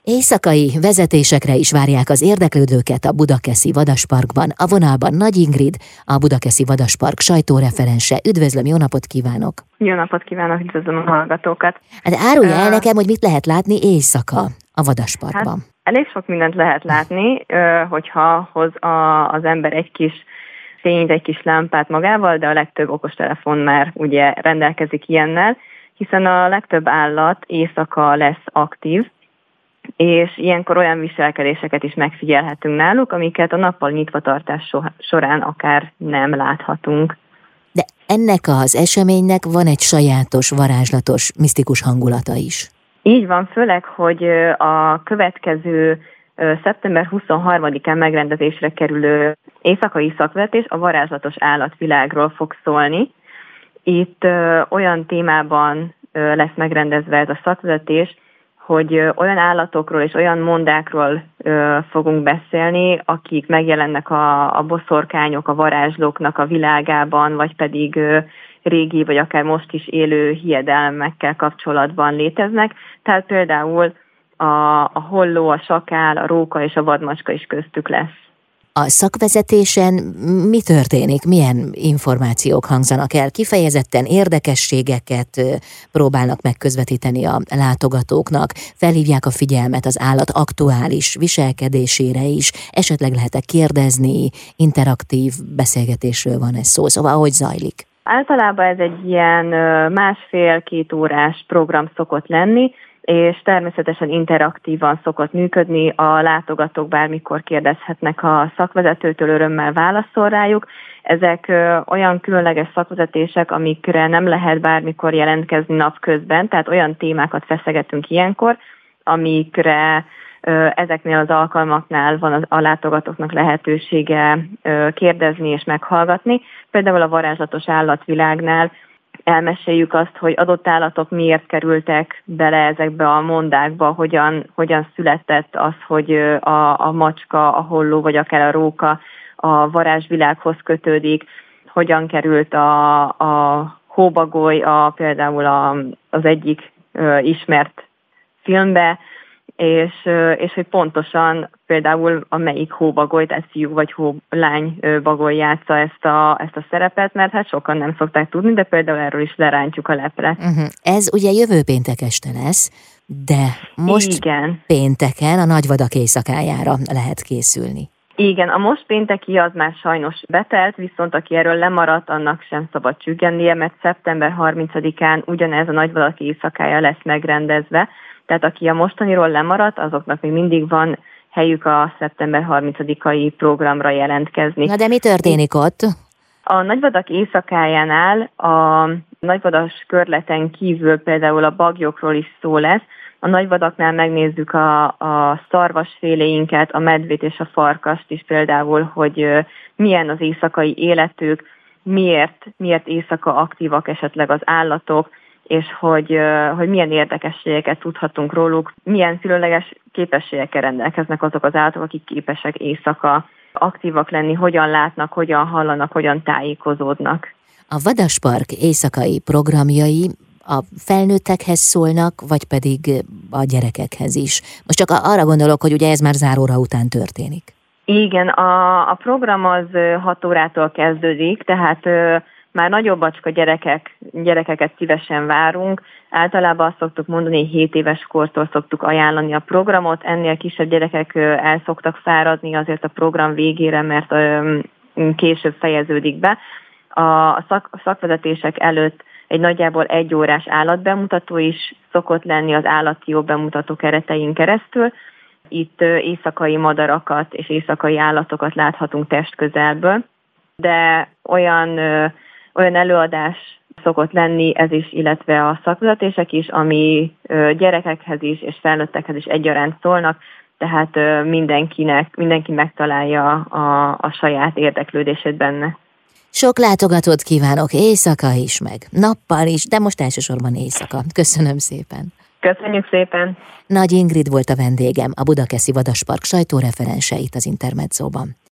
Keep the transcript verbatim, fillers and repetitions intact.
Éjszakai vezetésekre is várják az érdeklődőket a Budakeszi Vadasparkban. A vonalban Nagy Ingrid, a Budakeszi Vadaspark sajtóreferense. Üdvözlöm, jó napot kívánok! Jó napot kívánok, üdvözlöm a hallgatókat! Hát árulja el nekem, hogy mit lehet látni éjszaka a Vadasparkban. Hát, elég sok mindent lehet látni, hogyha hoz az ember egy kis fényt, egy kis lámpát magával, de a legtöbb okostelefon már ugye rendelkezik ilyennel, hiszen a legtöbb állat éjszaka lesz aktív, és ilyenkor olyan viselkedéseket is megfigyelhetünk náluk, amiket a nappal nyitvatartás során akár nem láthatunk. De ennek az eseménynek van egy sajátos, varázslatos, misztikus hangulata is. Így van, főleg, hogy a következő szeptember huszonharmadikán megrendezésre kerülő éjszakai szakvezetés a varázslatos állatvilágról fog szólni. Itt olyan témában lesz megrendezve ez a szakvezetés, hogy olyan állatokról és olyan mondákról ö, fogunk beszélni, akik megjelennek a, a boszorkányok, a varázslóknak a világában, vagy pedig ö, régi, vagy akár most is élő hiedelmekkel kapcsolatban léteznek. Tehát például a, a holló, a sakál, a róka és a vadmacska is köztük lesz. A szakvezetésen mi történik? Milyen információk hangzanak el? Kifejezetten érdekességeket próbálnak megközvetíteni a látogatóknak, felhívják a figyelmet az állat aktuális viselkedésére is, esetleg lehet-e kérdezni, interaktív beszélgetésről van ez szó, szóval ahogy zajlik? Általában ez egy ilyen másfél-két órás program szokott lenni, és természetesen interaktívan szokott működni, a látogatók bármikor kérdezhetnek a szakvezetőtől, örömmel válaszol rájuk. Ezek ö, olyan különleges szakvezetések, amikre nem lehet bármikor jelentkezni napközben, tehát olyan témákat feszegetünk ilyenkor, amikre ö, ezeknél az alkalmaknál van az, a látogatóknak lehetősége ö, kérdezni és meghallgatni. Például a varázslatos állatvilágnál elmeséljük azt, hogy adott állatok miért kerültek bele ezekbe a mondákba, hogyan, hogyan született az, hogy a, a macska, a holló vagy akár a róka a varázsvilághoz kötődik, hogyan került a, a hóbagoly a, például a, az egyik ö, ismert filmbe, és, és hogy pontosan például a melyik hóbagoly, tehát fiú vagy hólány bagoly játsza ezt a, ezt a szerepet, mert hát sokan nem szokták tudni, de például erről is lerántjuk a leplet. Uh-huh. Ez ugye jövő péntek este lesz, de most Igen. pénteken a Nagyvadak éjszakájára lehet készülni. Igen, a most pénteki az már sajnos betelt, viszont aki erről lemaradt, annak sem szabad csüggennie, mert szeptember harmincadikán ugyanez a Nagyvadak éjszakája lesz megrendezve. Tehát aki a mostaniról lemaradt, azoknak még mindig van helyük a szeptember harmincadikai programra jelentkezni. Na de mi történik ott? A Nagyvadak éjszakájánál a nagyvadas körleten kívül például a bagyokról is szó lesz. A nagyvadaknál megnézzük a, a szarvasféléinket, a medvét és a farkast is például, hogy milyen az éjszakai életük, miért, miért éjszaka aktívak esetleg az állatok, és hogy, hogy milyen érdekességeket tudhatunk róluk, milyen különleges képességekkel rendelkeznek azok az állatok, akik képesek éjszaka aktívak lenni, hogyan látnak, hogyan hallanak, hogyan tájékozódnak. A Vadaspark éjszakai programjai a felnőttekhez szólnak, vagy pedig a gyerekekhez is? Most csak arra gondolok, hogy ugye ez már záróra után történik. Igen, a, a program az hat órától kezdődik, tehát már nagyobbacska gyerekek, gyerekeket szívesen várunk. Általában azt szoktuk mondani, hogy hét éves kortól szoktuk ajánlani a programot. Ennél kisebb gyerekek el szoktak fáradni azért a program végére, mert később fejeződik be. A szak, szakvezetések előtt egy nagyjából egy órás állatbemutató is szokott lenni az állati jó bemutató keretein keresztül. Itt éjszakai madarakat és éjszakai állatokat láthatunk testközelből, de olyan olyan előadás szokott lenni ez is, illetve a szakvezetések is, ami gyerekekhez is és felnőttekhez is egyaránt szólnak, tehát mindenkinek, mindenki megtalálja a, a saját érdeklődését benne. Sok látogatót kívánok, éjszaka is meg, nappal is, de most elsősorban éjszaka. Köszönöm szépen. Köszönjük szépen. Nagy Ingrid volt a vendégem, a Budakeszi Vadaspark sajtóreferense itt az Intermedzóban.